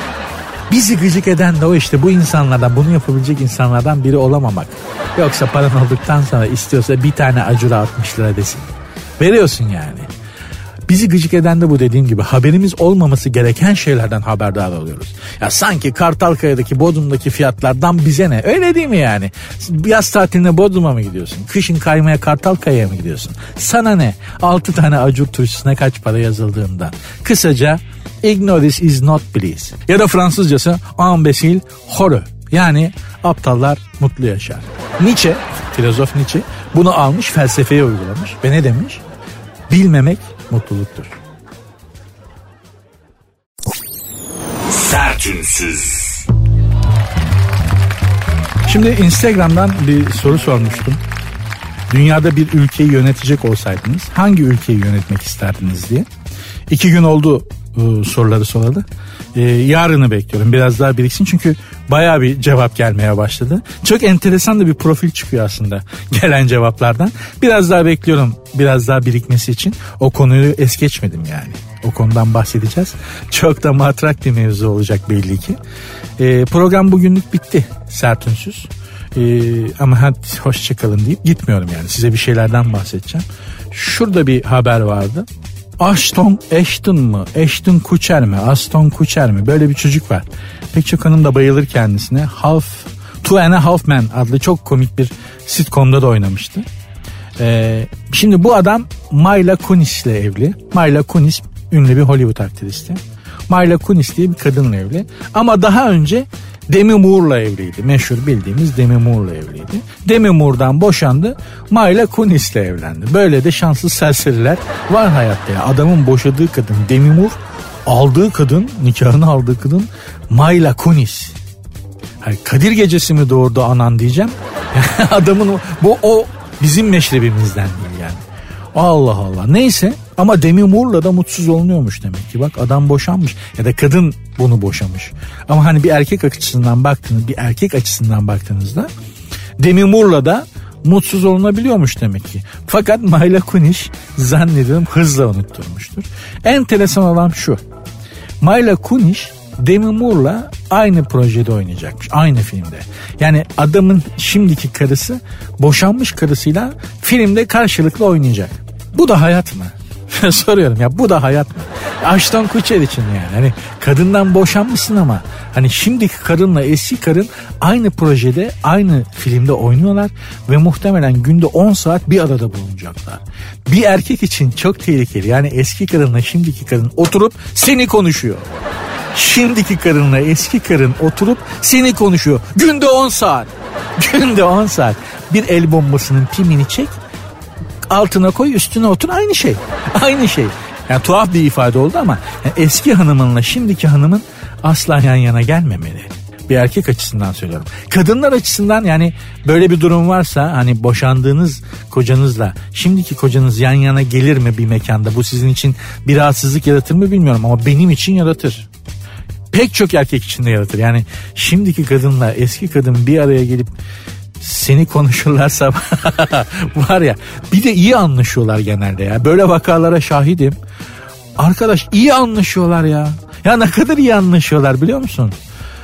Bizi gıcık eden de o işte, bu insanlardan, bunu yapabilecek insanlardan biri olamamak. Yoksa paran olduktan sonra istiyorsa bir tane acura 60 lira desin. Veriyorsun yani. Bizi gıcık eden de bu, dediğim gibi haberimiz olmaması gereken şeylerden haberdar oluyoruz. Ya sanki Kartalkaya'daki, Bodrum'daki fiyatlardan bize ne? Öyle değil mi yani? Yaz tatiline Bodrum'a mı gidiyorsun? Kışın kaymaya Kartalkaya'ya mı gidiyorsun? Sana ne? 6 tane acur turşusuna kaç para yazıldığından. Kısaca ignorance is not bliss. Ya da Fransızcası imbecile horror. Yani aptallar mutlu yaşar. Nietzsche, filozof Nietzsche bunu almış felsefeye uygulamış ve ne demiş? Bilmemek mutluluktur. Sertünsüz. Şimdi Instagram'dan bir soru sormuştum. Dünyada bir ülkeyi yönetecek olsaydınız hangi ülkeyi yönetmek isterdiniz diye. 2 gün oldu soruları soralı. Yarını bekliyorum, biraz daha biriksin çünkü bayağı bir cevap gelmeye başladı. Çok enteresan da bir profil çıkıyor aslında gelen cevaplardan. Biraz daha bekliyorum, biraz daha birikmesi için. O konuyu es geçmedim yani. O konudan bahsedeceğiz. Çok da matrak bir mevzu olacak belli ki. Program bugünlük bitti Sertünsüz. Ama hadi hoşçakalın deyip gitmiyorum yani. Size bir şeylerden bahsedeceğim. Şurada bir haber vardı. Ashton Kutcher mi? Böyle bir çocuk var. Pek çok hanım da bayılır kendisine. Two and a Half Men adlı çok komik bir sitcom'da da oynamıştı. Şimdi bu adam Mila Kunis ile evli. Mila Kunis ünlü bir Hollywood aktristi. Mila Kunis diye bir kadınla evli. Ama daha önce Demi Moore'la evliydi. Meşhur bildiğimiz Demi Moore'la evliydi. Demi Moore'dan boşandı. Mila Kunis'le evlendi. Böyle de şanslı serseriler var hayatta ya. Adamın boşadığı kadın Demi Moore, nikahını aldığı kadın Mila Kunis. Yani Kadir Gecesi mi doğurdu anan diyeceğim. Adamın o bizim meşrebimizden değil yani. Allah Allah. Neyse ama Demi Moore'la da mutsuz olunuyormuş demek ki. Bak adam boşanmış ya da kadın bunu boşamış. Ama hani bir erkek açısından baktığınızda Demi Moore'la da mutsuz olunabiliyormuş demek ki. Fakat Mila Kunis zannediyorum hızla unutturmuştur. Enteresan olan şu. Mila Kunis Demi Moore'la aynı projede oynayacakmış. Aynı filmde. Yani adamın şimdiki karısı boşanmış karısıyla filmde karşılıklı oynayacak. Bu da hayat mı? Soruyorum ya, bu da hayat mı? Ashton Kutcher için yani. Hani kadından boşanmışsın ama hani şimdiki karınla eski karın aynı projede, aynı filmde oynuyorlar ve muhtemelen günde 10 saat bir arada bulunacaklar. Bir erkek için çok tehlikeli. Yani eski karınla şimdiki karın oturup seni konuşuyor. Şimdiki karınla eski karın oturup seni konuşuyor. Günde 10 saat. Günde 10 saat. Bir el bombasının pimini çek, altına koy, üstüne otur, aynı şey. Aynı şey. Yani tuhaf bir ifade oldu ama yani eski hanımınla şimdiki hanımın asla yan yana gelmemeli. Bir erkek açısından söylüyorum. Kadınlar açısından yani böyle bir durum varsa hani boşandığınız kocanızla şimdiki kocanız yan yana gelir mi bir mekanda? Bu sizin için bir rahatsızlık yaratır mı bilmiyorum ama benim için yaratır. Pek çok erkek için de yaratır. Yani şimdiki kadınla eski kadın bir araya gelip seni konuşurlarsa var ya, bir de iyi anlaşıyorlar genelde ya. Böyle vakalara şahidim. Arkadaş iyi anlaşıyorlar ya. Ya ne kadar iyi anlaşıyorlar biliyor musun?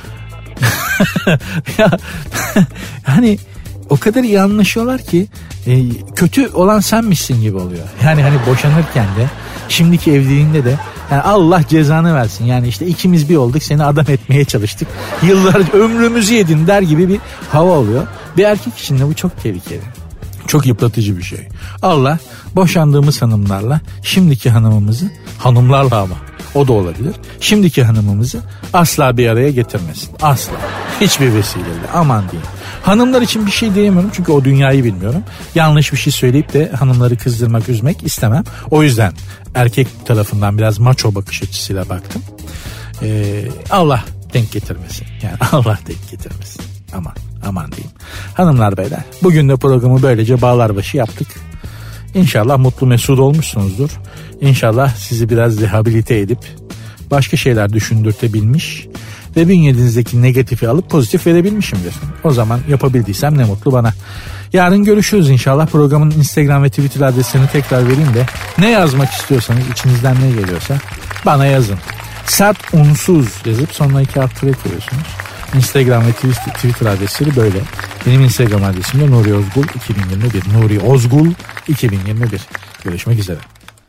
Ya hani o kadar iyi anlaşıyorlar ki kötü olan senmişsin gibi oluyor. Yani hani boşanırken de şimdiki evliliğinde de yani Allah cezanı versin. Yani işte ikimiz bir olduk, seni adam etmeye çalıştık. Yıllarca ömrümüzü yedin der gibi bir hava oluyor. Bir erkek için de bu çok tehlikeli. Çok yıpratıcı bir şey. Allah boşandığımız hanımlarla şimdiki hanımımızı, hanımlarla ama o da olabilir, şimdiki hanımımızı asla bir araya getirmesin. Asla. Hiçbir vesileyle. Aman diyeyim. Hanımlar için bir şey diyemiyorum çünkü o dünyayı bilmiyorum. Yanlış bir şey söyleyip de hanımları kızdırmak, üzmek istemem. O yüzden erkek tarafından biraz maço bakış açısıyla baktım. Allah denk getirmesin. Yani Allah denk getirmesin. Aman diyeyim. Hanımlar beyler, bugün de programı böylece bağlarbaşı yaptık. İnşallah mutlu mesut olmuşsunuzdur. İnşallah sizi biraz rehabilite edip başka şeyler düşündürtebilmiş ve bünyenizdeki negatifi alıp pozitif verebilmişimdir. O zaman yapabildiysem ne mutlu bana. Yarın görüşürüz inşallah. Programın Instagram ve Twitter adreslerini tekrar vereyim de ne yazmak istiyorsanız, içinizden ne geliyorsa bana yazın. Sert unsuz yazıp sonuna 2 alt tire koyuyorsunuz. Instagram ve Twitter adresleri böyle. Benim Instagram adresim de Nuri Ozgul 2021. Nuri Ozgul 2021. Görüşmek üzere.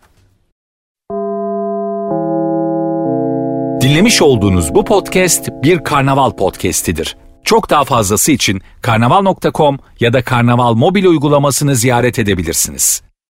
Dinlemiş olduğunuz bu podcast bir Karnaval podcastidir. Çok daha fazlası için karnaval.com ya da Karnaval mobil uygulamasını ziyaret edebilirsiniz.